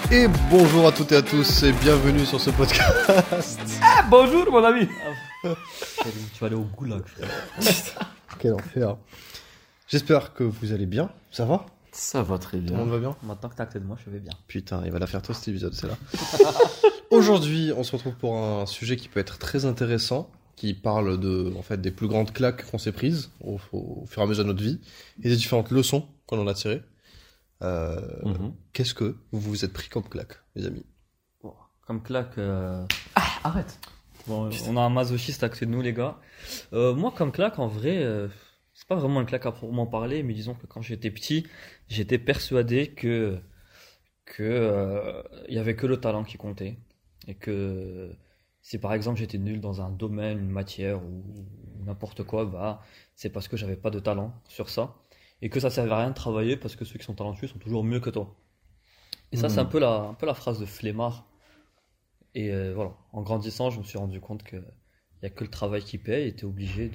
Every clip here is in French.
Et bonjour à toutes et à tous et bienvenue sur ce podcast. Ah, bonjour mon ami. Tu vas aller au goulag, frère. Quel enfer. J'espère que vous allez bien, ça va? Ça va très Tout le bien. monde va bien? Maintenant que t'as acté de moi, je vais bien. Putain, il va la faire toi cet épisode, c'est là. Aujourd'hui, on se retrouve pour un sujet qui peut être très intéressant, qui parle de, en fait, des plus grandes claques qu'on s'est prises au fur et à mesure de notre vie et des différentes leçons qu'on en a tirées. Qu'est-ce que vous vous êtes pris comme claque, les amis? Bon, comme claque. Arrête. Bon, on a un masochiste à côté de nous, les gars. Moi, comme claque, en vrai, c'est pas vraiment une claque à proprement parler, mais disons que quand j'étais petit, j'étais persuadé que y avait que le talent qui comptait. Et que si par exemple j'étais nul dans un domaine, une matière ou n'importe quoi, bah, c'est parce que j'avais pas de talent sur ça. Et que ça servait à rien de travailler parce que ceux qui sont talentueux sont toujours mieux que toi. Et ça, c'est un peu la phrase de flemmard. Et voilà, en grandissant, je me suis rendu compte qu'il n'y a que le travail qui paye et tu es obligé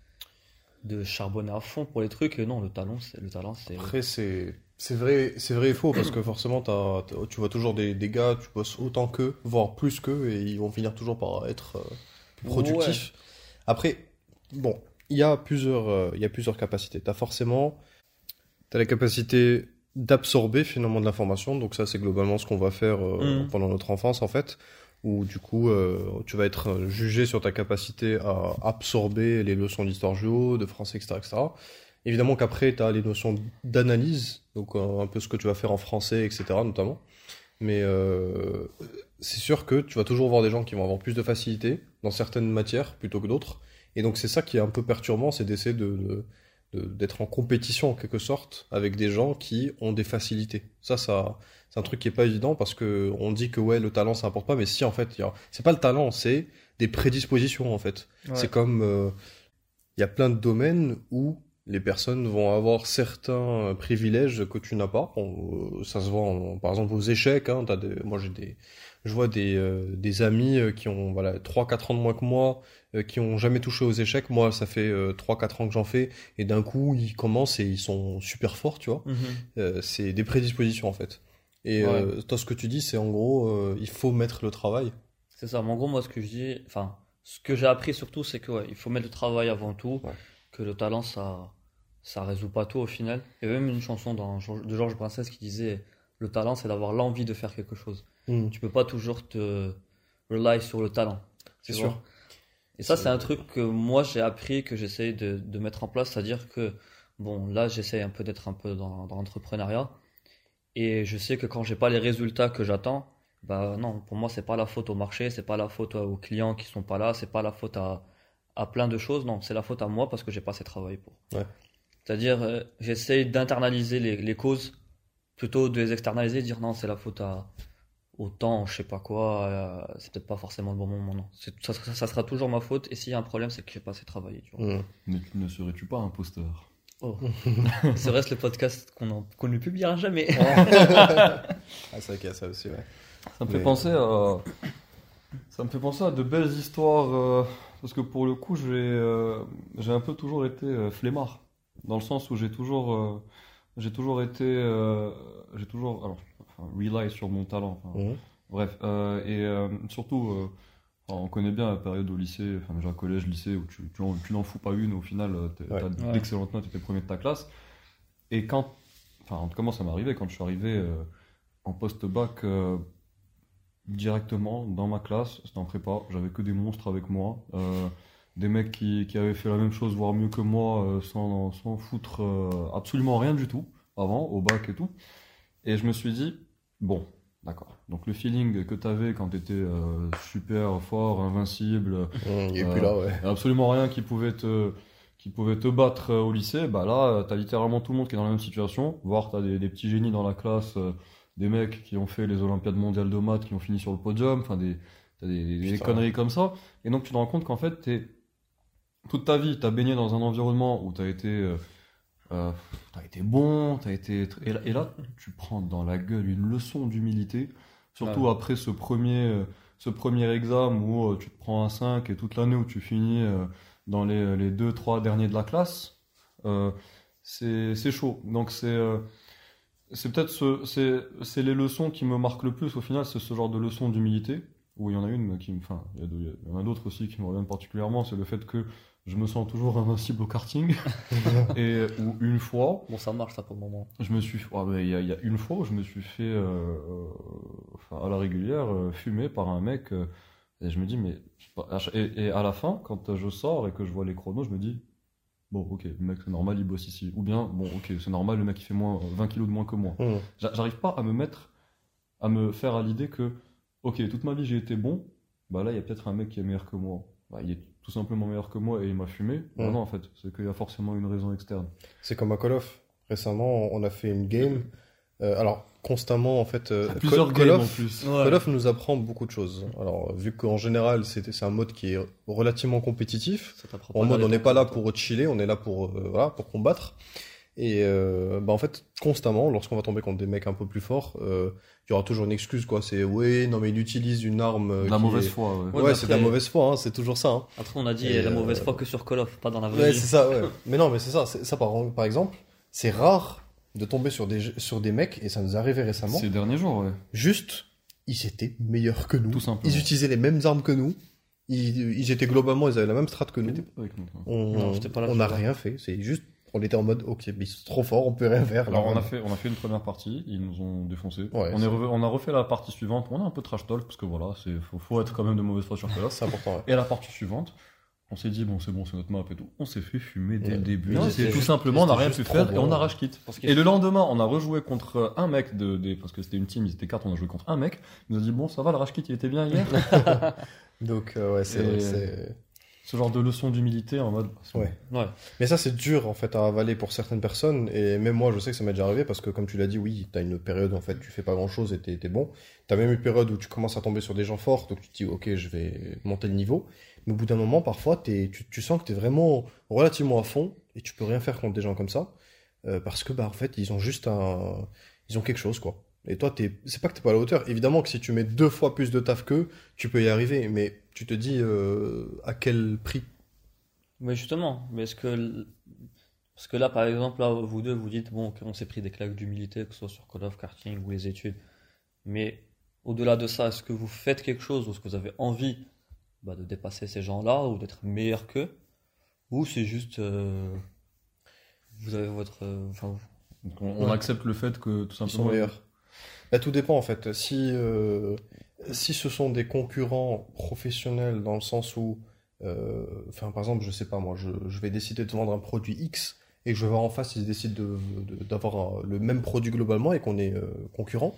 de charbonner à fond pour les trucs. Et non, le talent, c'est... Après, c'est vrai et faux, parce que forcément, tu vois toujours des gars, tu bosses autant qu'eux, voire plus qu'eux, et ils vont finir toujours par être productifs. Ouais. Après, bon, il y a plusieurs capacités. T'as la capacité d'absorber finalement de l'information, donc ça, c'est globalement ce qu'on va faire pendant notre enfance, en fait, où du coup, tu vas être jugé sur ta capacité à absorber les leçons d'histoire géo, de français, etc., etc. Évidemment qu'après, tu as les notions d'analyse, donc un peu ce que tu vas faire en français, etc., notamment. Mais c'est sûr que tu vas toujours voir des gens qui vont avoir plus de facilité dans certaines matières plutôt que d'autres. Et donc c'est ça qui est un peu perturbant, c'est d'essayer d'être en compétition en quelque sorte avec des gens qui ont des facilités. Ça c'est un truc qui est pas évident parce que on dit que ouais, le talent ça importe pas, mais si en fait, c'est pas le talent, c'est des prédispositions en fait. Ouais. C'est comme il y a plein de domaines où les personnes vont avoir certains privilèges que tu n'as pas. Ça se voit par exemple aux échecs. Hein, je vois des amis qui ont 3-4 ans de moins que moi, qui ont jamais touché aux échecs. Moi, ça fait 3-4 ans que j'en fais. Et d'un coup, ils commencent et ils sont super forts, tu vois. C'est des prédispositions en fait. Et toi, ce que tu dis, c'est en gros, il faut mettre le travail. C'est ça, mais en gros, moi, ce que je dis, enfin, ce que j'ai appris surtout, c'est que il faut mettre le travail avant tout, que le talent, ça résout pas tout au final. Il y avait même une chanson de Georges Brassens qui disait le talent, c'est d'avoir l'envie de faire quelque chose. Tu peux pas toujours te rely sur le talent. C'est Tu sûr. vois. Et ça, c'est un truc que moi, j'ai appris, que j'essaye de mettre en place, c'est-à-dire que, bon, là, j'essaye un peu d'être un peu dans l'entrepreneuriat, et je sais que quand j'ai pas les résultats que j'attends, bah non, pour moi, c'est pas la faute au marché, c'est pas la faute aux clients qui sont pas là, c'est pas la faute à plein de choses, non, c'est la faute à moi parce que j'ai pas assez travaillé pour. Ouais. C'est-à-dire, j'essaye d'internaliser les causes plutôt de les externaliser, dire non, c'est la faute au temps, je sais pas quoi, c'est peut-être pas forcément le bon moment, non. Ça sera toujours ma faute, et s'il y a un problème, c'est que j'ai pas assez travaillé. Tu vois. Ne serais-tu pas imposteur? Oh. C'est vrai, c'est le podcast qu'on ne publiera jamais. Ah, c'est vrai qu'il y a ça aussi, ouais. Ça me fait penser à de belles histoires, parce que pour le coup, j'ai un peu toujours été flemmard, dans le sens où j'ai toujours rely sur mon talent. Bref, surtout, on connaît bien la période au lycée, enfin déjà collège, lycée, où tu n'en fous pas une, au final, t'as d'excellentes notes, t'es premier de ta classe. Et en tout cas, moi, ça m'est arrivé quand je suis arrivé en post-bac directement dans ma classe, c'était en prépa, j'avais que des monstres avec moi, des mecs qui avaient fait la même chose, voire mieux que moi, sans foutre absolument rien du tout, avant, au bac et tout. Et je me suis dit, bon, d'accord. Donc le feeling que tu avais quand tu étais super fort, invincible, Il n'y a plus là, ouais. absolument rien qui pouvait te battre au lycée, bah là, tu as littéralement tout le monde qui est dans la même situation, voire tu as des petits génies dans la classe, des mecs qui ont fait les Olympiades mondiales de maths, qui ont fini sur le podium, enfin t'as des conneries comme ça. Et donc tu te rends compte qu'en fait, toute ta vie, tu as baigné dans un environnement où tu as été bon, et là, tu prends dans la gueule une leçon d'humilité, surtout après ce premier examen où tu te prends un 5 et toute l'année où tu finis dans les 2-3 derniers de la classe, c'est chaud. Donc c'est peut-être c'est les leçons qui me marquent le plus au final, c'est ce genre de leçons d'humilité. Où il y en a une enfin, il y en a d'autres aussi qui me reviennent particulièrement, c'est le fait que je me sens toujours invincible au karting. Et où une fois. Bon, ça marche ça pour le moment. Je me suis. Il y a une fois où je me suis fait, enfin, à la régulière, fumer par un mec. Et je me dis, mais. Et à la fin, quand je sors et que je vois les chronos, je me dis, bon, ok, le mec c'est normal, il bosse ici. Ou bien, bon, ok, c'est normal, le mec il fait 20 kilos de moins que moi. J'arrive pas à me faire à l'idée que, ok, toute ma vie j'ai été bon, bah là il y a peut-être un mec qui est meilleur que moi. Bah, il est tout simplement meilleur que moi et il m'a fumé. Bah non, en fait, c'est qu'il y a forcément une raison externe. C'est comme à Call of. Récemment, on a fait une game. Alors, constamment, en fait, plusieurs Call games of, en plus. Call of nous apprend beaucoup de choses. Alors, vu qu'en général, c'est un mode qui est relativement compétitif, en mode on n'est pas là pour chiller, on est là pour, voilà, pour combattre. Et bah en fait, constamment, lorsqu'on va tomber contre des mecs un peu plus forts, il y aura toujours une excuse, quoi. C'est ouais, non mais il utilise une arme. De la mauvaise foi, ouais. Ouais, c'est de la mauvaise foi, hein, c'est toujours ça. Hein. Après, on a dit la mauvaise foi que sur Call of, pas dans la vraie Ouais, vie. c'est ça, ouais. Mais non, mais c'est ça. Ça par exemple, c'est rare de tomber sur des mecs, et ça nous est arrivé récemment. Ces derniers jours, ouais. Juste, ils étaient meilleurs que nous. Tout simplement. Ils utilisaient les mêmes armes que nous. Ils étaient globalement, ils avaient la même strat que nous. T'étais pas avec nous, toi. Non, j'étais pas là, On je n'a sais pas. rien fait. C'est juste, on était en mode, ok, mais ils sont trop forts, on peut rien faire. Alors on a fait une première partie, ils nous ont défoncé. Ouais, on a refait la partie suivante. On a un peu trash talk parce que voilà, faut être quand même de mauvaise foi sur Call of. C'est important, ouais. Et à la partie suivante, on s'est dit bon c'est notre map et tout. On s'est fait fumer dès le début. Non, C'est c'est tout juste- simplement, on n'a c'était rien juste pu trop faire bon. et on a rage quit. Parce Et le lendemain, on a rejoué contre un mec parce que c'était une team, ils étaient 4, on a joué contre un mec. Il nous a dit bon ça va le rage quit, il était bien hier. Donc, ouais, c'est Et- vrai que c'est... Ce genre de leçon d'humilité en mode. Ouais. Ouais. Mais ça, c'est dur, en fait, à avaler pour certaines personnes. Et même moi, je sais que ça m'est déjà arrivé parce que, comme tu l'as dit, oui, t'as une période, en fait, tu fais pas grand chose et t'es bon. T'as même une période où tu commences à tomber sur des gens forts, donc tu te dis, ok, je vais monter le niveau. Mais au bout d'un moment, parfois, tu sens que t'es vraiment relativement à fond et tu peux rien faire contre des gens comme ça. Parce que, bah, en fait, ils ont juste ils ont quelque chose, quoi. Et toi, c'est pas que t'es pas à la hauteur. Évidemment que si tu mets 2 fois plus de taf qu'eux, tu peux y arriver. Mais tu te dis, à quel prix? Mais justement, mais parce que là, par exemple, là, vous deux, vous dites, bon, on s'est pris des claques d'humilité, que ce soit sur Call of, karting ou les études. Mais au-delà de ça, est-ce que vous faites quelque chose ou est-ce que vous avez envie de dépasser ces gens-là ou d'être meilleur qu'eux? Ou c'est juste, vous avez votre, enfin, Donc, on accepte le fait que tout Ils sont simplement. meilleurs. Bah, tout dépend en fait. Si ce sont des concurrents professionnels dans le sens où, enfin par exemple, je sais pas moi, je vais décider de vendre un produit X et que je vais voir en face, ils décident d'avoir le même produit globalement et qu'on est concurrents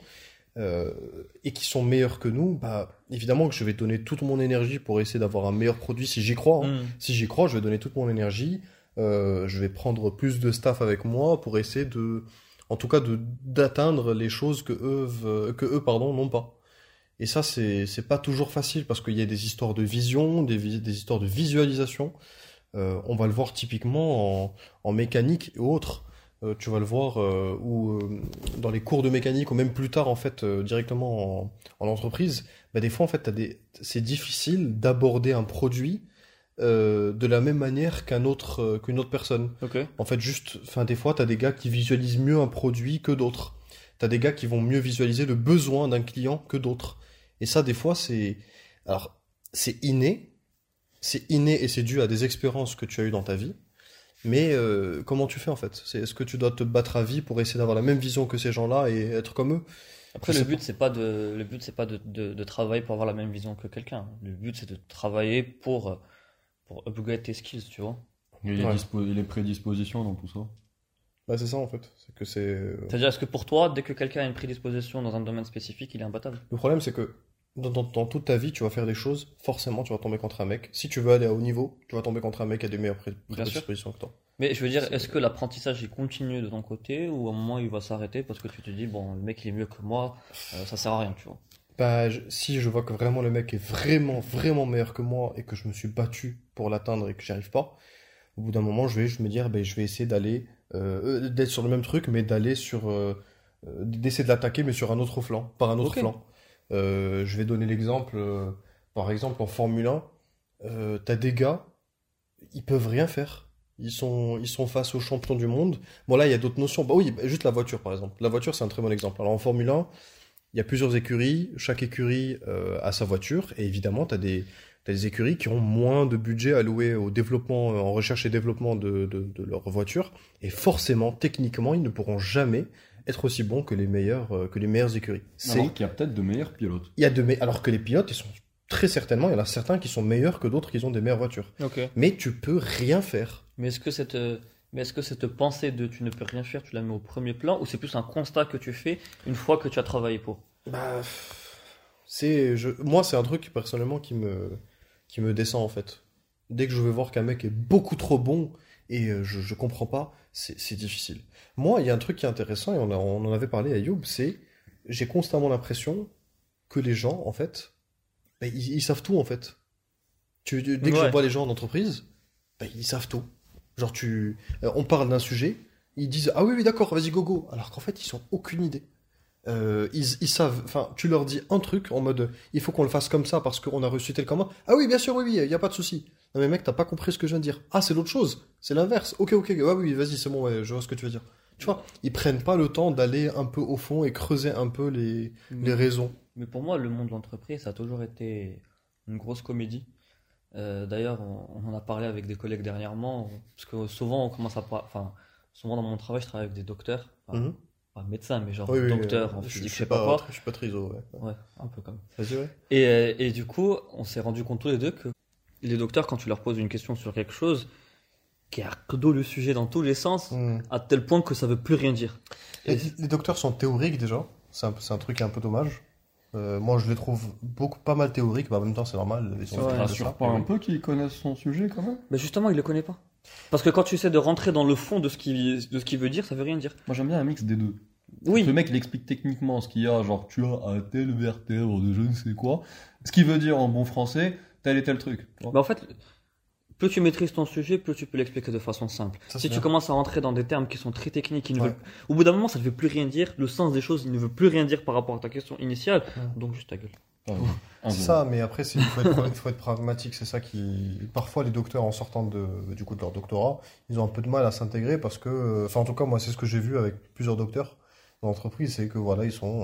et qui sont meilleurs que nous, bah évidemment que je vais donner toute mon énergie pour essayer d'avoir un meilleur produit si j'y crois. Hein. Si j'y crois, je vais donner toute mon énergie. Je vais prendre plus de staff avec moi pour essayer en tout cas d'atteindre les choses que eux pardon n'ont pas. Et ça c'est pas toujours facile parce qu'il y a des histoires de vision, des histoires de visualisation. On va le voir typiquement en mécanique et autres. Tu vas le voir dans les cours de mécanique ou même plus tard en fait directement en entreprise. Bah, des fois en fait c'est difficile d'aborder un produit de la même manière qu'une autre personne. ok. En fait, des fois, t'as des gars qui visualisent mieux un produit que d'autres. T'as des gars qui vont mieux visualiser le besoin d'un client que d'autres. Et ça, des fois, c'est inné. C'est inné et c'est dû à des expériences que tu as eues dans ta vie. Mais comment tu fais en fait? Est-ce que tu dois te battre à vie pour essayer d'avoir la même vision que ces gens-là et être comme eux? Après, le but, c'est pas de travailler pour avoir la même vision que quelqu'un. Le but, c'est de travailler pour upgrade tes skills, tu vois. Il y a Ouais. les prédispositions dans tout ça. Bah, c'est ça en fait. C'est que C'est-à-dire, est-ce que pour toi, dès que quelqu'un a une prédisposition dans un domaine spécifique, il est imbattable? Le problème, c'est que dans toute ta vie, tu vas faire des choses, forcément, tu vas tomber contre un mec. Si tu veux aller à haut niveau, tu vas tomber contre un mec qui a des meilleures Bien sûr. prédispositions que toi. Mais je veux dire, est-ce que l'apprentissage il continue de ton côté ou à un moment il va s'arrêter parce que tu te dis, bon, le mec il est mieux que moi, ça sert à rien, tu vois. Bah, si je vois que vraiment le mec est vraiment, vraiment meilleur que moi et que je me suis battu pour l'atteindre et que j'y arrive pas, au bout d'un moment, je vais me dire, je vais essayer d'être sur le même truc, mais d'essayer de l'attaquer, mais sur un autre flanc, par un autre Ok. flanc. Je vais donner l'exemple, par exemple, en Formule 1, t'as des gars, ils peuvent rien faire. Ils sont face aux champions du monde. Bon, là, il y a d'autres notions. Bah oui, juste la voiture, par exemple. La voiture, c'est un très bon exemple. Alors, en Formule 1, il y a plusieurs écuries. Chaque écurie a sa voiture. Et évidemment, t'as des écuries qui ont moins de budget alloué au développement, en recherche et développement de leur voiture. Et forcément, techniquement, ils ne pourront jamais être aussi bons que les meilleures écuries. Alors qu'il y a peut-être de meilleurs pilotes. Alors que les pilotes, ils sont très certainement, il y en a certains qui sont meilleurs que d'autres qui ont des meilleures voitures. Ok. Mais tu peux rien faire. Mais est-ce que cette pensée de tu ne peux rien faire, tu la mets au premier plan, ou c'est plus un constat que tu fais une fois que tu as travaillé pour? Bah, moi, c'est un truc personnellement qui me descend en fait. Dès que je vais voir qu'un mec est beaucoup trop bon et je comprends pas, c'est difficile. Moi, il y a un truc qui est intéressant et on en avait parlé à Youb, c'est j'ai constamment l'impression que les gens, en fait, bah, ils savent tout en fait. Dès que je vois les gens en entreprise, bah, ils savent tout. Genre on parle d'un sujet, ils disent ah oui d'accord, vas-y go, alors qu'en fait ils ont aucune idée. Ils savent, enfin tu leur dis un truc en mode il faut qu'on le fasse comme ça parce qu'on a reçu tel commande. Ah oui bien sûr oui, y a pas de souci. Non mais mec t'as pas compris ce que je viens de dire. Ah c'est l'autre chose, c'est l'inverse. Ok ouais, oui vas-y c'est bon ouais, je vois ce que tu veux dire. Tu vois, ils prennent pas le temps d'aller un peu au fond et creuser un peu les raisons. Mais pour moi, le monde de l'entreprise, ça a toujours été une grosse comédie. D'ailleurs, on en a parlé avec des collègues dernièrement, parce que souvent, souvent dans mon travail, je travaille avec des docteurs, pas médecins, mais genre docteurs en physique, je sais pas quoi. Je suis pas triso, ouais. Ouais, un peu comme. Vas-y, ouais. Et du coup, on s'est rendu compte tous les deux que les docteurs, quand tu leur poses une question sur quelque chose, qui arc-dos le sujet dans tous les sens, à tel point que ça veut plus rien dire. Les docteurs sont théoriques déjà, c'est un truc qui est un peu dommage. Moi je les trouve pas mal théoriques, mais en même temps c'est normal. Ça rassure pas un peu qu'ils connaissent son sujet quand même. Mais justement, il le connaît pas. Parce que quand tu essaies de rentrer dans le fond de ce qu'il veut dire, ça veut rien dire. Moi j'aime bien un mix des deux. Oui. Le mec il explique techniquement ce qu'il y a, genre tu as un tel vertèbre de je ne sais quoi, ce qui veut dire en bon français tel et tel truc. Bah en fait, plus tu maîtrises ton sujet, plus tu peux l'expliquer de façon simple. Si tu commences à rentrer dans des termes qui sont très techniques, au bout d'un moment, ça ne veut plus rien dire. Le sens des choses, il ne veut plus rien dire par rapport à ta question initiale. Donc juste ta gueule. C'est ça, mais après, il faut être pragmatique. C'est ça qui. Parfois, les docteurs, en sortant de leur doctorat, ils ont un peu de mal à s'intégrer parce que. Enfin, en tout cas, moi, c'est ce que j'ai vu avec plusieurs docteurs dans l'entreprise, c'est que voilà,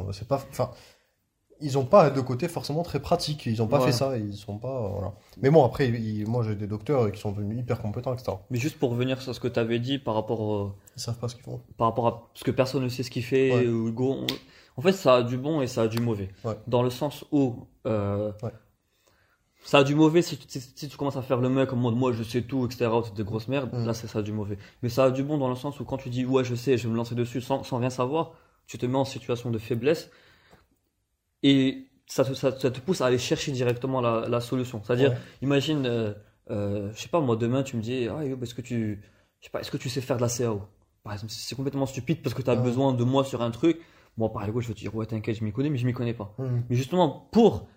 ils ont pas de côté forcément très pratique. Ils ont pas fait ça. Ils sont pas. Voilà. Mais bon, après, moi, j'ai des docteurs qui sont devenus hyper compétents, etc. Mais juste pour revenir sur ce que tu avais dit par rapport. Ils savent pas ce qu'ils font. Par rapport à ce que personne ne sait ce qu'il fait. Hugo, en fait, ça a du bon et ça a du mauvais. Ouais. Dans le sens où. Ça a du mauvais si tu commences à faire le mec en mode moi je sais tout, etc. C'est des grosses merdes. Là, ça a du mauvais. Mais ça a du bon dans le sens où quand tu dis ouais, je sais, je vais me lancer dessus sans rien savoir, tu te mets en situation de faiblesse. Et ça te pousse à aller chercher directement la solution. C'est-à-dire, imagine, je sais pas, moi demain tu me dis, est-ce que tu sais faire de la CAO? Par exemple, c'est complètement stupide parce que tu as besoin de moi sur un truc. Moi, par exemple, je vais te dire, ouais, t'inquiète, je m'y connais, mais je m'y connais pas. Mais justement, pour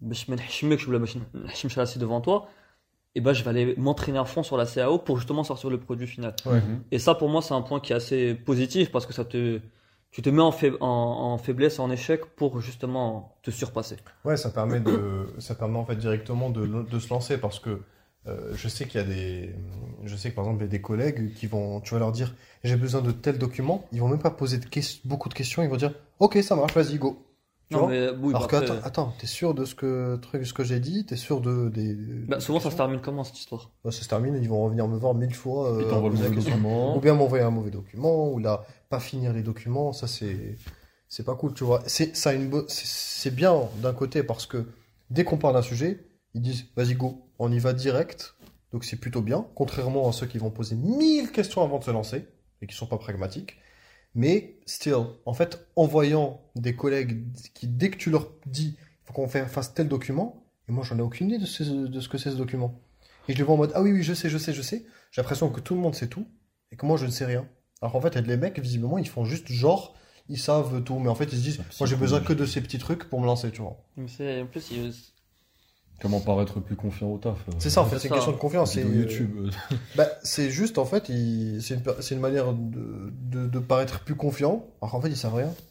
devant toi, et ben, je vais aller m'entraîner à fond sur la CAO pour justement sortir le produit final. Et ça, pour moi, c'est un point qui est assez positif parce que tu te mets en faiblesse, en échec pour justement te surpasser. Ouais, ça permet en fait directement de se lancer parce que je sais que par exemple il y a des collègues tu vas leur dire j'ai besoin de tel document, ils vont même pas poser beaucoup de questions, ils vont dire ok ça marche, vas-y go. Alors que attends, t'es sûr de ce que j'ai dit, t'es sûr souvent ça se termine comment cette histoire? Ça se termine, ils vont revenir me voir 1000 fois, ils t'envoient le mauvais document, ou bien m'envoyer un mauvais document, ou là pas finir les documents, ça c'est pas cool, tu vois. C'est bien d'un côté parce que dès qu'on parle d'un sujet, ils disent vas-y go, on y va direct, donc c'est plutôt bien, contrairement à ceux qui vont poser 1000 questions avant de se lancer et qui sont pas pragmatiques. Mais still, en fait, en voyant des collègues qui, dès que tu leur dis il faut qu'on fasse tel document, et moi j'en ai aucune idée de ce que c'est ce document. Et je les vois en mode ah oui je sais, j'ai l'impression que tout le monde sait tout et que moi je ne sais rien. Alors qu'en fait, les mecs, visiblement, ils font juste genre, ils savent tout, mais en fait, ils se disent moi j'ai besoin que de ces petits trucs pour me lancer, tu vois. Mais en plus, comment paraître plus confiant au taf? C'est ça, en fait, c'est une question de confiance. C'est YouTube. C'est juste, en fait, c'est une manière de paraître plus confiant, alors qu'en fait, ils savent rien.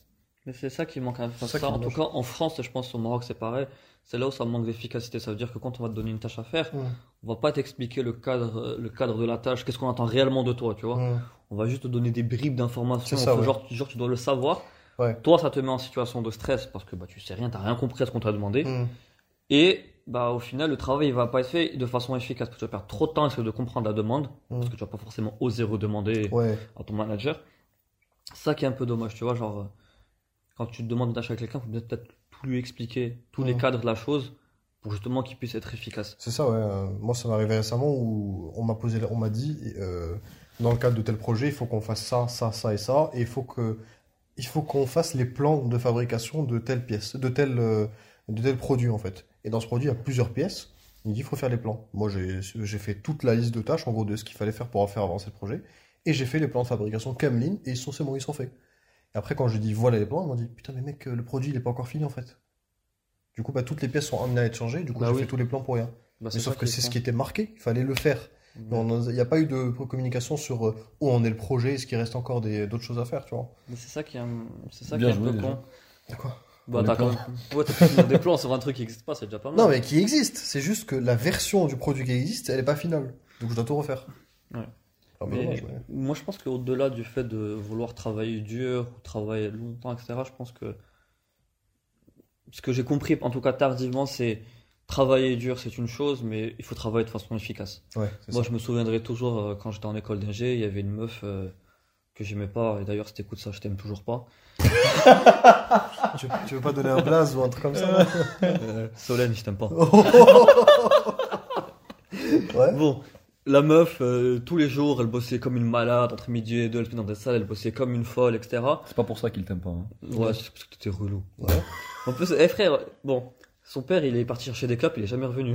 Mais c'est ça qui manque. Enfin, C'est ça ça, qui en tout manque. cas, en France, je pense au Maroc, c'est pareil. C'est là où ça manque d'efficacité. Ça veut dire que quand on va te donner une tâche à faire, on va pas t'expliquer le cadre de la tâche, qu'est-ce qu'on attend réellement de toi, tu vois. On va juste te donner des bribes d'informations. C'est ça, ouais. Genre, tu dois le savoir. Ouais. Toi, ça te met en situation de stress parce que bah, tu sais rien, t'as rien compris à ce qu'on t'a demandé. Mm. Et bah, au final, le travail il va pas être fait de façon efficace parce que tu vas perdre trop de temps à essayer de comprendre la demande parce que tu vas pas forcément oser redemander Ouais. à ton manager. Ça qui est un peu dommage, tu vois, genre quand tu te demandes une tâche à quelqu'un, il faut peut-être tout lui expliquer, tous les cadres de la chose pour justement qu'il puisse être efficace. C'est ça, ouais. Moi, ça m'est arrivé récemment où on m'a dit, dans le cadre de tel projet, il faut qu'on fasse ça, ça, ça et ça, et il faut qu'on fasse les plans de fabrication de telle pièce, de tel produit, en fait. Et dans ce produit, il y a plusieurs pièces. Il dit, il faut faire les plans. Moi, j'ai fait toute la liste de tâches, en gros, de ce qu'il fallait faire pour faire avancer le projet. Et j'ai fait les plans de fabrication Camlin, et c'est bon, ils sont faits. Et après, quand je lui ai dit, voilà les plans, ils m'ont dit, putain, mais mec, le produit, il est pas encore fini, en fait. Du coup, bah, toutes les pièces sont amenées à être changées. Du coup, j'ai fait tous les plans pour rien. Bah, Mais sauf que c'est ce qui était marqué. Il fallait le faire. Il n'y a pas eu de communication sur où en est le projet, est-ce qu'il reste encore d'autres choses à faire, tu vois. Mais c'est ça qui est un Bien peu joué, con. D'accord. Bah, Des t'as plans. ouais, t'as fait des plans sur un truc qui n'existe pas, c'est déjà pas mal. Non, mais qui existe. C'est juste que la version du produit qui existe, elle n'est pas finale. Donc je dois tout refaire. Ouais. Ah, mais Mais dommage, ouais. moi, je pense qu'au-delà du fait de vouloir travailler dur, ou travailler longtemps, etc., je pense que ce que j'ai compris, en tout cas tardivement, c'est travailler dur, c'est une chose, mais il faut travailler de façon efficace. Ouais, c'est Moi, ça. je me souviendrai toujours, quand j'étais en école d'ingé, il y avait une meuf que j'aimais pas, et d'ailleurs, si t'écoutes ça, je t'aime toujours pas. Tu veux pas donner un blaze ou un truc comme ça? Solène, je t'aime pas. Ouais. Bon, la meuf, tous les jours, elle bossait comme une malade, entre midi et deux, elle était dans des salles, elle bossait comme une folle, etc. C'est pas pour ça qu'il t'aime pas. Hein. Ouais, c'est parce que t'étais relou. Ouais. En plus, frère, bon, son père, il est parti chercher des clopes, il est jamais revenu.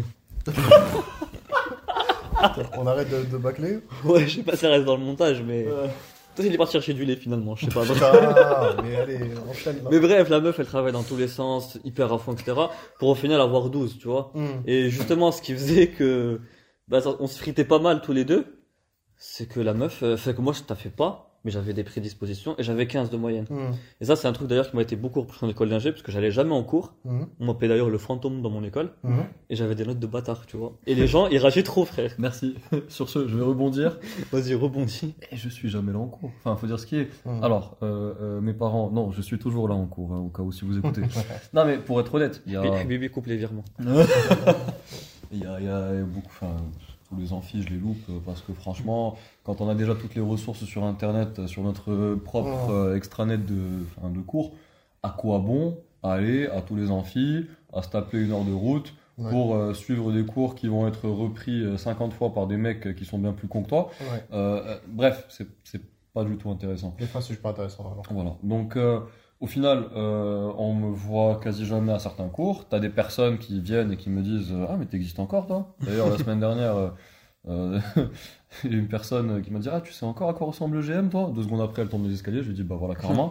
On arrête de bâcler. Ouais, je sais pas si ça reste dans le montage, mais. Peut-être il est parti chercher du lait finalement, je sais pas. Ah, mais allez, enchaîne. Là. Mais bref, la meuf, elle travaille dans tous les sens, hyper à fond, etc. Pour au final avoir 12, tu vois. Et justement, ce qui faisait que bah, on se fritait pas mal tous les deux, c'est que la meuf, fait que moi, je taffais pas, mais j'avais des prédispositions et j'avais 15 de moyenne. Et ça, c'est un truc d'ailleurs qui m'a été beaucoup repris en école d'ingé, parce que j'allais jamais en cours. On m'appelait d'ailleurs le fantôme dans mon école, et j'avais des notes de bâtard, tu vois. Et les gens, ils rageaient trop, frère. Merci. Sur ce, je vais rebondir. Vas-y, rebondis. Et je suis jamais là en cours. Enfin, faut dire ce qui est. Alors, mes parents, non, je suis toujours là en cours, hein, au cas où si vous écoutez. Non, mais pour être honnête, il y a. Bibi coupe les virements. Il y a beaucoup, enfin, tous les amphis, je les loupe parce que franchement, quand on a déjà toutes les ressources sur internet, sur notre propre extranet de cours, à quoi bon aller à tous les amphis, à se taper 1 heure de route pour suivre des cours qui vont être repris 50 fois par des mecs qui sont bien plus cons que toi. Bref, c'est pas du tout intéressant. Les fins, c'est pas intéressant, vraiment. Voilà. Donc, au final, on me voit quasi jamais à certains cours. T'as des personnes qui viennent et qui me disent ah, mais t'existes encore, toi? D'ailleurs, la semaine dernière, il y a une personne qui m'a dit ah, tu sais encore à quoi ressemble le GM, toi? 2 secondes après, elle tombe des escaliers. Je lui dis bah voilà, carrément.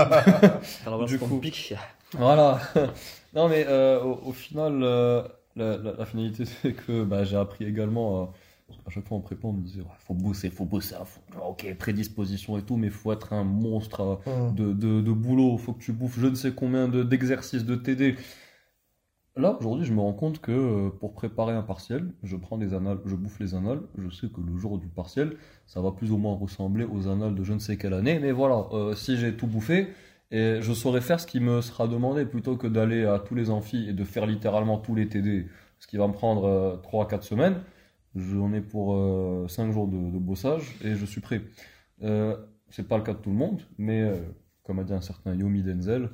Du coup, Voilà. Non, mais au final, la finalité, c'est que bah, j'ai appris également. À chaque fois en prépa, on me disait faut bosser à fond. Ok, prédisposition et tout, mais faut être un monstre de boulot. Faut que tu bouffes je ne sais combien d'exercices, de TD. Là, aujourd'hui, je me rends compte que pour préparer un partiel, je prends des annales, je bouffe les annales. Je sais que le jour du partiel, ça va plus ou moins ressembler aux annales de je ne sais quelle année. Mais voilà, si j'ai tout bouffé, et je saurais faire ce qui me sera demandé plutôt que d'aller à tous les amphis et de faire littéralement tous les TD, ce qui va me prendre 3 à 4 semaines. J'en ai pour 5 jours de bossage et je suis prêt. C'est pas le cas de tout le monde, mais comme a dit un certain Yomi Denzel,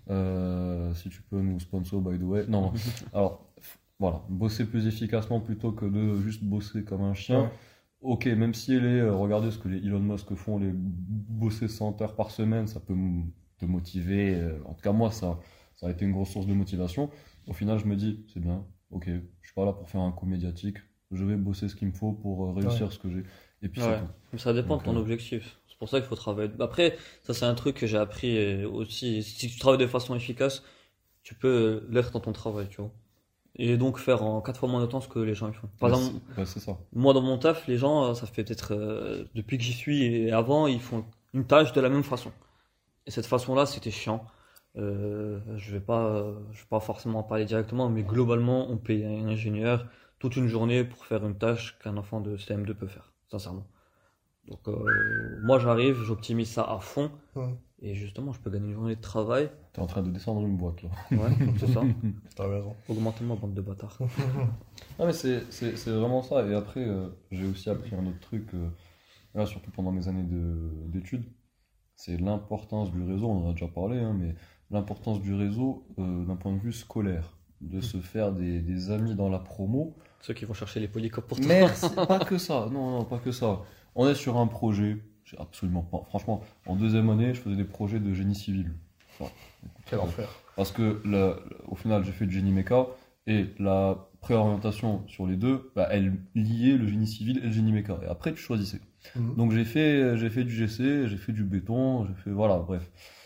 si tu peux nous sponsor by the way. Non, alors voilà, bosser plus efficacement plutôt que de juste bosser comme un chien. Ouais. Ok, même si regardez ce que les Elon Musk font, les bosser 100 heures par semaine, ça peut te motiver. En tout cas, moi, ça a été une grosse source de motivation. Au final, je me dis, c'est bien, ok, je suis pas là pour faire un coup médiatique. Je vais bosser ce qu'il me faut pour réussir ce que j'ai. Et puis c'est tout. Mais ça dépend de ton objectif. C'est pour ça qu'il faut travailler. Après, ça c'est un truc que j'ai appris aussi. Si tu travailles de façon efficace, tu peux l'être dans ton travail, tu vois. Et donc faire en 4 fois moins de temps ce que les gens ils font. Par exemple, c'est ça. Moi dans mon taf, les gens, ça fait peut-être depuis que j'y suis et avant, ils font une tâche de la même façon. Et cette façon-là, c'était chiant. Je vais pas forcément en parler directement, mais globalement, on paye un ingénieur toute une journée pour faire une tâche qu'un enfant de CM2 peut faire, sincèrement. Donc, moi, j'arrive, j'optimise ça à fond, Ouais. et justement, je peux gagner une journée de travail. T'es en train de descendre une boîte là. Ouais, c'est ça. T'as raison. Augmenter ma bande de bâtards. Ah mais c'est vraiment ça. Et après, j'ai aussi appris un autre truc, là, surtout pendant mes années d'études, c'est l'importance du réseau, on en a déjà parlé, hein, mais l'importance du réseau d'un point de vue scolaire, de se faire des amis dans la promo. Ceux qui vont chercher les polycopes pour toi. Merci, pas que ça, non, pas que ça. On est sur un projet, j'ai absolument pas. Franchement, en deuxième année, je faisais des projets de génie civil. Enfin, Quel enfer. parce que au final, j'ai fait du génie méca et la préorientation sur les deux, bah, elle liait le génie civil et le génie méca. Et après, tu choisissais. Donc j'ai fait du GC, j'ai fait du béton, j'ai fait voilà, bref.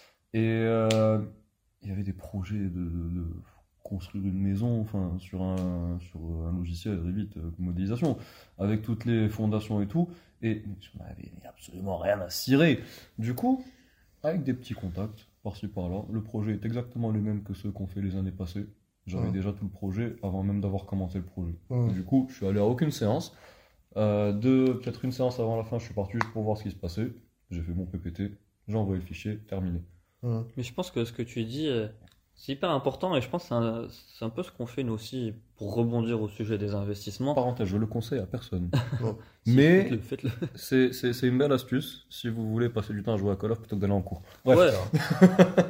Et il y avait des projets de construire une maison, enfin sur un logiciel Revit modélisation, avec toutes les fondations et tout. Et je n'avais absolument rien à cirer. Du coup, avec des petits contacts par-ci par-là, le projet est exactement le même que ceux qu'on fait les années passées. J'avais déjà tout le projet avant même d'avoir commencé le projet. Du coup, je suis allé à aucune séance. Peut-être une séance avant la fin, je suis parti juste pour voir ce qui se passait. J'ai fait mon PPT, j'ai envoyé le fichier, terminé. Mais je pense que ce que tu dis, c'est hyper important et je pense que c'est un peu ce qu'on fait nous aussi pour rebondir au sujet des investissements. Parenthèse, je le conseille à personne. Si, Mais faites-le. c'est une belle astuce si vous voulez passer du temps à jouer à Call of plutôt que d'aller en cours. Ouais. Bref.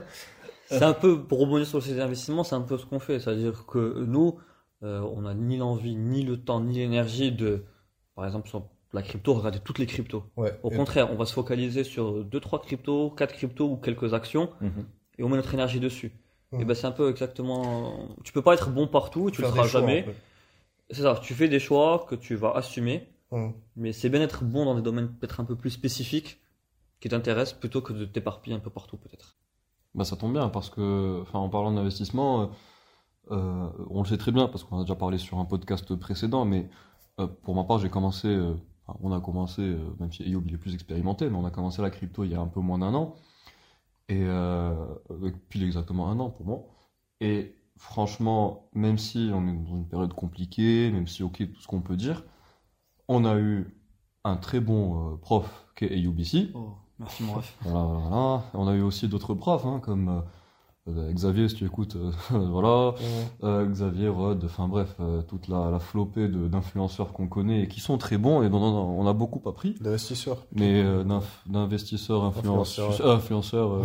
C'est un peu, pour rebondir sur ces investissements, c'est un peu ce qu'on fait. C'est-à-dire que nous, on n'a ni l'envie, ni le temps, ni l'énergie de, par exemple, sur la crypto, regarder toutes les cryptos. Ouais. Au contraire, on va se focaliser sur 2-3 cryptos, 4 cryptos ou quelques actions et on met notre énergie dessus. Et ben c'est un peu exactement. Tu peux pas être bon partout, tu le seras jamais. C'est ça, tu fais des choix que tu vas assumer, mais c'est bien d'être bon dans des domaines peut-être un peu plus spécifiques qui t'intéressent plutôt que de t'éparpiller un peu partout peut-être. Bah ça tombe bien parce que, enfin, en parlant d'investissement, on le sait très bien parce qu'on a déjà parlé sur un podcast précédent, mais pour ma part, on a commencé, même si Ayoub il est plus expérimenté, mais on a commencé la crypto il y a un peu moins d'un an, et pile exactement un an pour moi. Et franchement, même si on est dans une période compliquée, même si ok tout ce qu'on peut dire, on a eu un très bon prof qui est Ayoub ici. Oh, merci mon ref. Voilà. On a eu aussi d'autres profs, hein, comme Xavier, si tu écoutes, voilà, Xavier, Rod, enfin bref, toute la flopée d'influenceurs qu'on connaît et qui sont très bons et dont on a beaucoup appris. D'investisseurs. Mais d'investisseurs, influenceurs.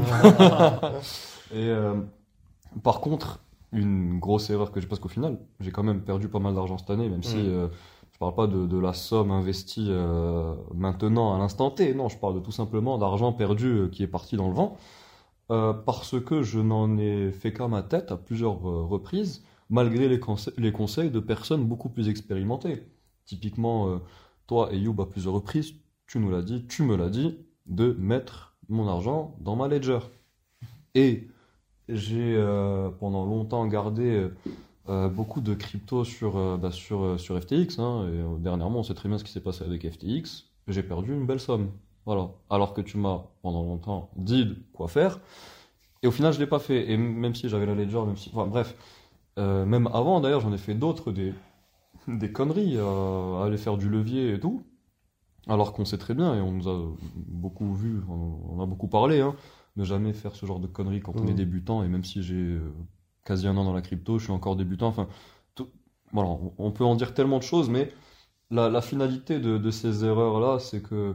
Et par contre, une grosse erreur que j'ai, parce qu'au final, j'ai quand même perdu pas mal d'argent cette année, même si je parle pas de la somme investie maintenant à l'instant T, non, je parle de tout simplement d'argent perdu qui est parti dans le vent. Parce que je n'en ai fait qu'à ma tête à plusieurs reprises, malgré les conseils de personnes beaucoup plus expérimentées. Typiquement, toi, Ayoub, à plusieurs reprises, tu me l'as dit, de mettre mon argent dans ma ledger. Et j'ai pendant longtemps gardé beaucoup de crypto sur FTX. Hein, et dernièrement, on sait très bien ce qui s'est passé avec FTX. J'ai perdu une belle somme. Voilà. Alors que tu m'as, pendant longtemps, dit quoi faire. Et au final, je ne l'ai pas fait. Et même si j'avais la ledger, enfin bref. Même avant, d'ailleurs, j'en ai fait d'autres, des conneries, à aller faire du levier et tout. Alors qu'on sait très bien, et on nous a beaucoup vu, on a beaucoup parlé, hein, ne jamais faire ce genre de conneries quand on est débutant. Et même si j'ai quasi un an dans la crypto, je suis encore débutant. Enfin, voilà, on peut en dire tellement de choses, mais la finalité de ces erreurs-là, c'est que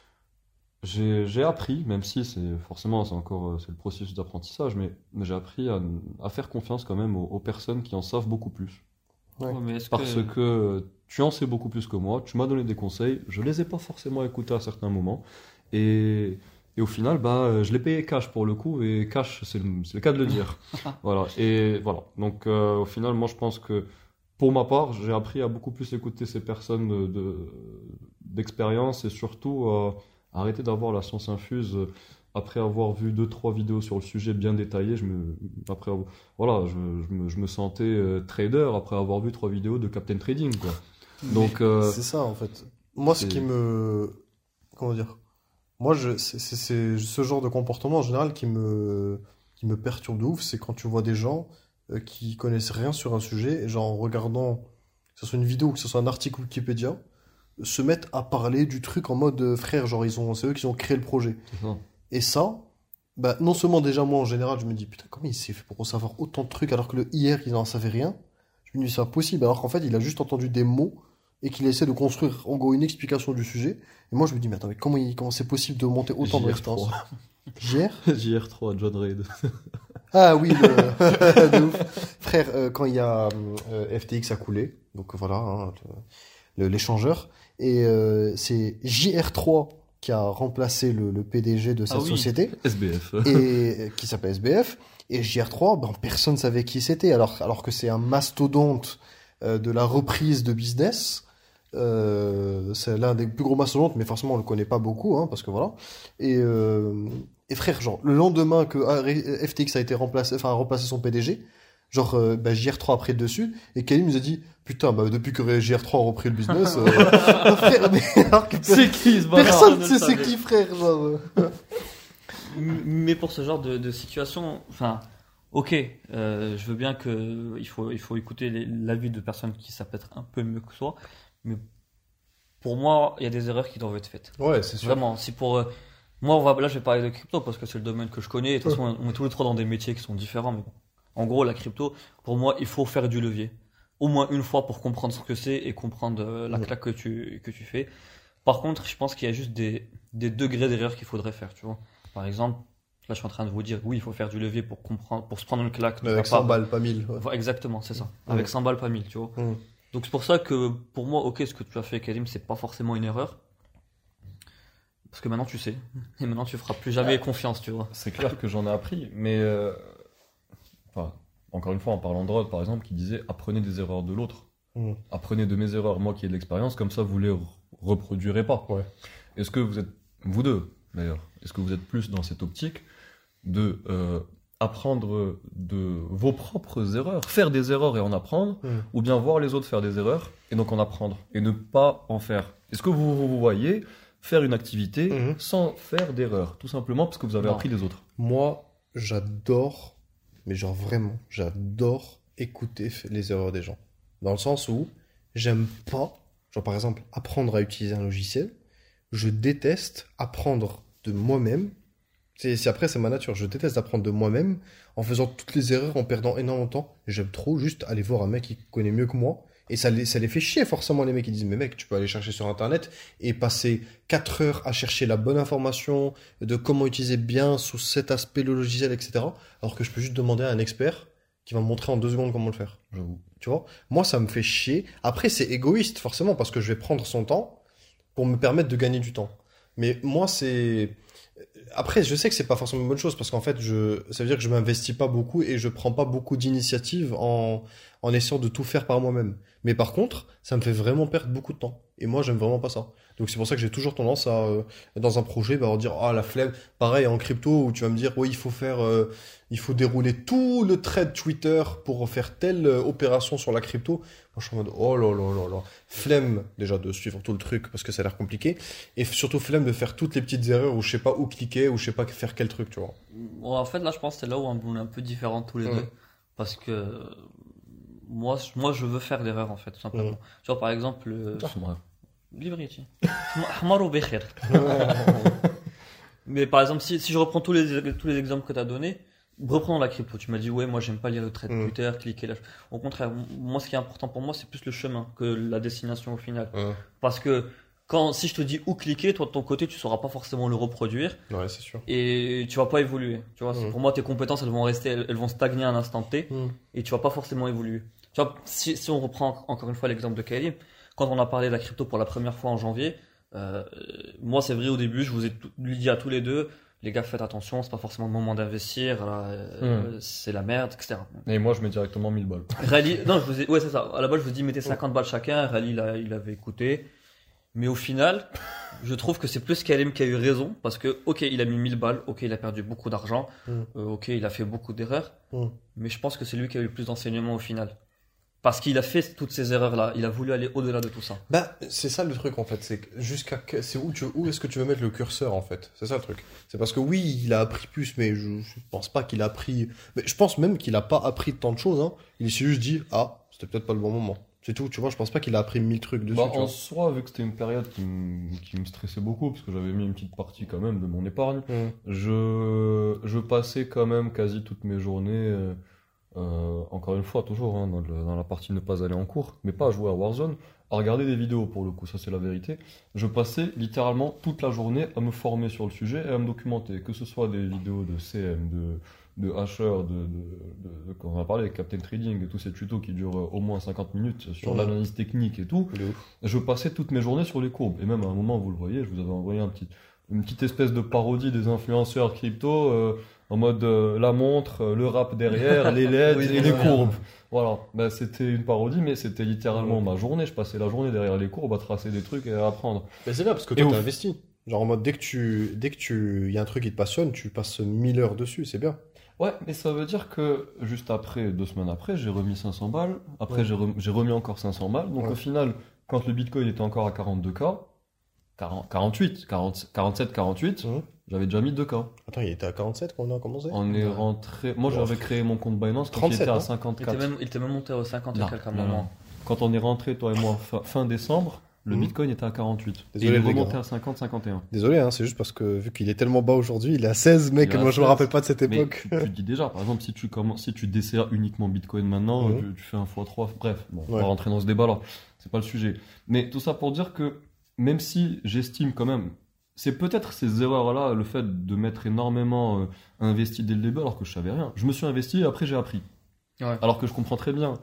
j'ai appris, même si c'est le processus d'apprentissage, mais j'ai appris à faire confiance quand même aux personnes qui en savent beaucoup plus. Ouais. Mais Parce que tu en sais beaucoup plus que moi, tu m'as donné des conseils, je les ai pas forcément écoutés à certains moments, et au final, je l'ai payé cash pour le coup, et cash, c'est le cas de le dire. Voilà, et voilà. Donc au final, moi je pense que pour ma part, j'ai appris à beaucoup plus écouter ces personnes d'expérience, et surtout arrêter d'avoir la science infuse après avoir vu 2-3 vidéos sur le sujet bien détaillées. Je me sentais trader après avoir vu 3 vidéos de Captain Trading, quoi. Donc c'est ça en fait. Moi, ce qui me, comment dire, moi c'est ce genre de comportement en général qui me qui me perturbe de ouf, c'est quand tu vois des gens qui connaissent rien sur un sujet, et genre en regardant, que ce soit une vidéo ou que ce soit un article Wikipédia, se mettent à parler du truc en mode frère, genre c'est eux qui ont créé le projet. Et ça, bah, non seulement déjà moi en général, je me dis putain, comment il s'est fait pour savoir autant de trucs alors que hier il n'en savait rien. Je me dis c'est impossible, alors qu'en fait il a juste entendu des mots et qu'il essaie de construire en gros une explication du sujet. Et moi je me dis mais attends, mais comment c'est possible de monter autant de l'expérience? JR3, John Reid. Ah oui, de ouf. Frère, quand il y a FTX a coulé, donc voilà, hein, l'échangeur, et c'est JR3 qui a remplacé le PDG de cette société. SBF. Et qui s'appelle SBF. Et JR3, ben, personne ne savait qui c'était, alors que c'est un mastodonte de la reprise de business. C'est l'un des plus gros mastodontes, mais forcément on le connaît pas beaucoup, hein, parce que voilà. Et frère, genre, le lendemain que FTX a remplacé son PDG, genre, JR3 a pris le dessus, et Kalim nous a dit, putain, bah, depuis que JR3 a repris le business, frère, mais alors que c'est qui ce personne ne sait c'est qui, frère, genre. Mais pour ce genre de situation, enfin, ok, je veux bien que il faut écouter l'avis de personnes qui savent être un peu mieux que soi, mais pour moi, il y a des erreurs qui doivent être faites. Ouais, c'est sûr. Vraiment, si pour moi, là, je vais parler de crypto parce que c'est le domaine que je connais. Et de toute façon, on est tous les trois dans des métiers qui sont différents. Mais bon. En gros, la crypto, pour moi, il faut faire du levier. Au moins une fois pour comprendre ce que c'est et comprendre la claque que tu fais. Par contre, je pense qu'il y a juste des degrés d'erreur qu'il faudrait faire, tu vois. Par exemple, là, je suis en train de vous dire, oui, il faut faire du levier pour se prendre une claque. Mais avec 100 balles, pas 1000. Ouais. Exactement, c'est ça. Avec 100 balles, pas 1000, tu vois. Donc c'est pour ça que, pour moi, ok, ce que tu as fait, Karim, c'est pas forcément une erreur. Parce que maintenant tu sais, et maintenant tu feras plus jamais confiance, tu vois. C'est clair que j'en ai appris, mais encore une fois, en parlant de Rod, par exemple, qui disait apprenez des erreurs de l'autre, apprenez de mes erreurs, moi qui ai de l'expérience, comme ça vous les reproduirez pas. Ouais. Est-ce que vous êtes, vous deux d'ailleurs, est-ce que vous êtes plus dans cette optique de apprendre de vos propres erreurs, faire des erreurs et en apprendre, ou bien voir les autres faire des erreurs et donc en apprendre et ne pas en faire? Est-ce que vous voyez faire une activité sans faire d'erreur, tout simplement parce que vous avez appris des autres? Moi, j'adore, mais genre vraiment, j'adore écouter les erreurs des gens. Dans le sens où j'aime pas, genre par exemple, apprendre à utiliser un logiciel. Je déteste apprendre de moi-même. Après, c'est ma nature. Je déteste apprendre de moi-même en faisant toutes les erreurs, en perdant énormément de temps. J'aime trop juste aller voir un mec qui connaît mieux que moi. Et ça les fait chier forcément les mecs qui disent mais mec tu peux aller chercher sur internet et passer 4 heures à chercher la bonne information de comment utiliser bien sous cet aspect le logiciel, etc. Alors que je peux juste demander à un expert qui va me montrer en 2 secondes comment le faire. J'avoue. Tu vois, moi ça me fait chier. Après c'est égoïste forcément parce que je vais prendre son temps pour me permettre de gagner du temps. Mais moi c'est... Après, je sais que c'est pas forcément une bonne chose parce qu'en fait, ça veut dire que je m'investis pas beaucoup et je prends pas beaucoup d'initiatives en essayant de tout faire par moi-même. Mais par contre, ça me fait vraiment perdre beaucoup de temps. Et moi, j'aime vraiment pas ça. Donc c'est pour ça que j'ai toujours tendance à, dans un projet, dire ah la flemme. Pareil en crypto où tu vas me dire oui il faut dérouler tout le thread Twitter pour faire telle opération sur la crypto. Moi, je suis en mode oh là là là là. Flemme déjà de suivre tout le truc parce que ça a l'air compliqué. Et surtout flemme de faire toutes les petites erreurs où je sais pas où cliquer ou je sais pas faire quel truc, tu vois. Bon, en fait, là, je pense que c'est là où on est un peu différents tous les deux. Parce que moi, je veux faire l'erreur, en fait, tout simplement. Tu vois, par exemple... Libriti. Mais par exemple, si je reprends tous les exemples que tu as donnés, reprenons la crypto. Tu m'as dit, ouais, moi, j'aime pas lire le trade Twitter, cliquer là. Au contraire, moi, ce qui est important pour moi, c'est plus le chemin que la destination au final. Parce que si je te dis où cliquer, toi de ton côté, tu sauras pas forcément le reproduire. Ouais, c'est sûr. Et tu vas pas évoluer. Tu vois, pour moi, tes compétences, elles vont rester, elles vont stagner à un instant T. Et tu vas pas forcément évoluer. Tu vois, si on reprend encore une fois l'exemple de Kalim, quand on a parlé de la crypto pour la première fois en janvier, moi, c'est vrai, au début, je vous ai dit à tous les deux, les gars, faites attention, c'est pas forcément le moment d'investir, c'est la merde, etc. Et moi, je mets directement 1000 balles. Rally, non, ouais, c'est ça. À la base, je vous dis, mettez 50 balles chacun. Rally, il avait écouté. Mais au final, je trouve que c'est plus Kalim qui a eu raison, parce que, ok, il a mis 1000 balles, ok, il a perdu beaucoup d'argent, ok, il a fait beaucoup d'erreurs, mais je pense que c'est lui qui a eu le plus d'enseignements au final. Parce qu'il a fait toutes ces erreurs-là. Il a voulu aller au-delà de tout ça. Bah, c'est ça le truc en fait, c'est que c'est où est-ce que tu veux mettre le curseur en fait? C'est ça le truc. C'est parce que oui, il a appris plus, mais je pense pas qu'il a appris. Mais je pense même qu'il a pas appris tant de choses. Hein. Il s'est juste dit c'était peut-être pas le bon moment. C'est tout. Tu vois, je pense pas qu'il a appris 1000 trucs dessus. En soi, vu que c'était une période qui me stressait beaucoup, parce que j'avais mis une petite partie quand même de mon épargne, je passais quand même quasi toutes mes journées. Encore une fois, toujours dans la partie ne pas aller en cours, mais pas à jouer à Warzone, à regarder des vidéos pour le coup, ça c'est la vérité. Je passais littéralement toute la journée à me former sur le sujet et à me documenter, que ce soit des vidéos de CM, de Hasher, quand on a parlé, Captain Trading et tous ces tutos qui durent au moins 50 minutes sur l'analyse technique et tout. Je passais toutes mes journées sur les courbes, et même à un moment, vous le voyez, je vous avais envoyé une petite espèce de parodie des influenceurs crypto, en mode la montre, le rap derrière, les LED et les courbes. Voilà, c'était une parodie, mais c'était littéralement ma journée. Je passais la journée derrière les courbes à tracer des trucs et à apprendre. Mais c'est là parce que toi t'as investi. Genre en mode dès que y a un truc qui te passionne, tu passes 1000 heures dessus, c'est bien. Ouais, mais ça veut dire que juste après, 2 semaines après, j'ai remis 500 balles. Après, j'ai remis encore 500 balles. Donc au final, quand le Bitcoin était encore à 42K, 48, 47, 48, j'avais déjà mis 2K. Attends, il était à 47 quand on a commencé? On est rentré. Moi, j'avais créé mon compte Binance quand il était à 54. Il était même monté à 50 et quelques moments. Quand on est rentré, toi et moi, fin décembre, le Bitcoin était à 48. Désolé, et il est remonté à 50, 51. Désolé, hein, c'est juste parce que vu qu'il est tellement bas aujourd'hui, il est à 16, mec, moi je me rappelle pas de cette époque. Tu te dis déjà, par exemple, si tu desserres uniquement Bitcoin maintenant, tu fais un x3, bref, on va rentrer dans ce débat-là. C'est pas le sujet. Mais tout ça pour dire que, même si j'estime quand même, c'est peut-être ces erreurs-là, le fait de m'être énormément investi dès le début alors que je savais rien. Je me suis investi et après j'ai appris. Ouais. Alors que je comprends très bien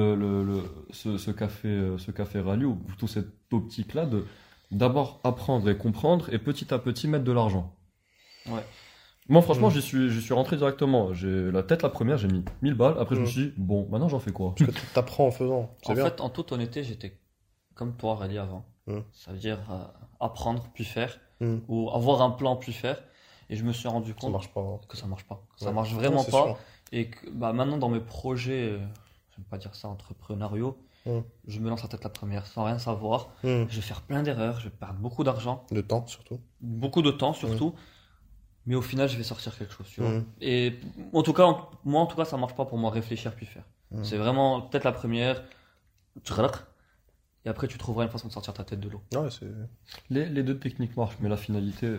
ce café rallye, ou plutôt cette optique-là de d'abord apprendre et comprendre et petit à petit mettre de l'argent. Ouais. Moi franchement j'y suis rentré directement. J'ai la première, j'ai mis 1000 balles, après je me suis dit, bon, maintenant j'en fais quoi? Parce que t'apprends en faisant. En fait, en toute honnêteté, j'étais comme toi, Rally, avant. Ça veut dire apprendre puis faire, ou avoir un plan puis faire, et je me suis rendu compte que ça marche pas. Ça marche vraiment pas, sûr. Et que maintenant dans mes projets, j'aime pas dire ça, entrepreneuriaux, je me lance la tête la première sans rien savoir, je vais faire plein d'erreurs, je vais perdre beaucoup d'argent. De temps surtout. Beaucoup de temps surtout, mais au final je vais sortir quelque chose, tu vois. Et en tout cas, moi ça marche pas pour moi, réfléchir puis faire. C'est vraiment peut-être la première, et après tu trouveras une façon de sortir ta tête de l'eau. Ouais, les deux techniques marchent, mais la finalité,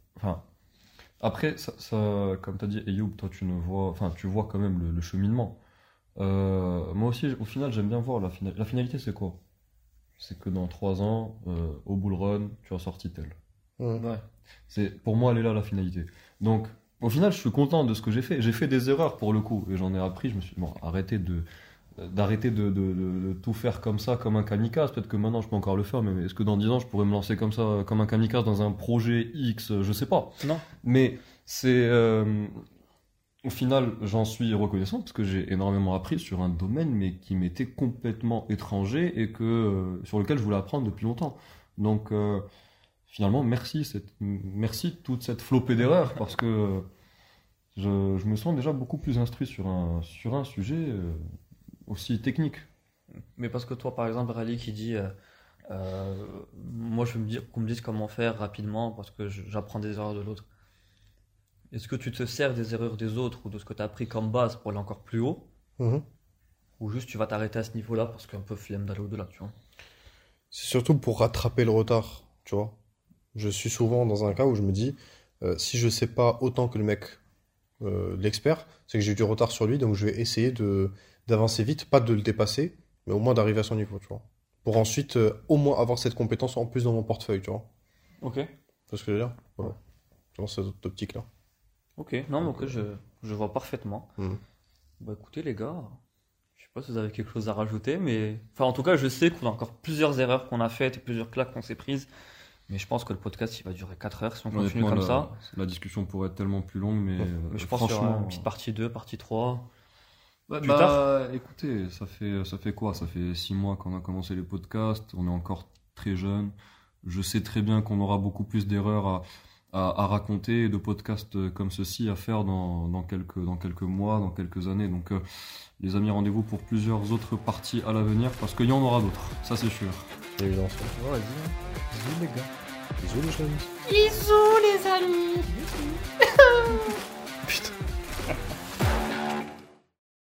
après ça, comme tu as dit, Ayoub, toi tu vois quand même le cheminement. Moi aussi, au final, j'aime bien voir la finalité. La finalité, c'est quoi? C'est que dans 3 ans, au bull run, tu as sorti tel. Ouais. Pour moi, elle est là, la finalité. Donc, au final, je suis content de ce que j'ai fait. J'ai fait des erreurs pour le coup, et j'en ai appris. Je me suis dit, bon, d'arrêter de tout faire comme ça, comme un kamikaze. Peut-être que maintenant, je peux encore le faire, mais est-ce que dans 10 ans, je pourrais me lancer comme ça, comme un kamikaze dans un projet X? Je sais pas. Non. Mais c'est... Au final, j'en suis reconnaissant parce que j'ai énormément appris sur un domaine mais qui m'était complètement étranger et sur lequel je voulais apprendre depuis longtemps. Donc finalement, merci toute cette flopée d'erreurs parce que je me sens déjà beaucoup plus instruit sur un sujet aussi technique. Mais parce que toi, par exemple, Rally qui dit moi je veux me dire qu'on me dise comment faire rapidement parce que j'apprends des erreurs de l'autre. Est-ce que tu te sers des erreurs des autres ou de ce que tu as appris comme base pour aller encore plus haut, ou juste tu vas t'arrêter à ce niveau-là parce qu'un peu flemme d'aller au-delà, tu vois? C'est surtout pour rattraper le retard, tu vois. Je suis souvent dans un cas où je me dis, si je sais pas autant que le mec, l'expert, c'est que j'ai eu du retard sur lui, donc je vais essayer d'avancer vite, pas de le dépasser, mais au moins d'arriver à son niveau, tu vois. Pour ensuite, au moins avoir cette compétence en plus dans mon portefeuille, tu vois. Ok. C'est ce que je veux dire? Voilà. Dans cette optique-là. Ok, non, mais ok, je vois parfaitement. Bah écoutez les gars, je sais pas si vous avez quelque chose à rajouter, mais... Enfin en tout cas, je sais qu'on a encore plusieurs erreurs qu'on a faites et plusieurs claques qu'on s'est prises, mais je pense que le podcast il va durer 4 heures si on continue comme ça. La discussion pourrait être tellement plus longue, mais je pense qu'il y aura une petite partie 2, partie 3... plus tard. Écoutez, ça fait quoi? Ça fait 6 mois qu'on a commencé les podcasts, on est encore très jeunes. Je sais très bien qu'on aura beaucoup plus d'erreurs à raconter, et de podcasts comme ceci à faire dans quelques mois, dans quelques années. Donc les amis, rendez-vous pour plusieurs autres parties à l'avenir, parce qu'il y en aura d'autres, ça c'est sûr. Et les enfants. Ouais, vas-y. Bisous les gars. Bisous les jeunes. Bisous les amis. Putain.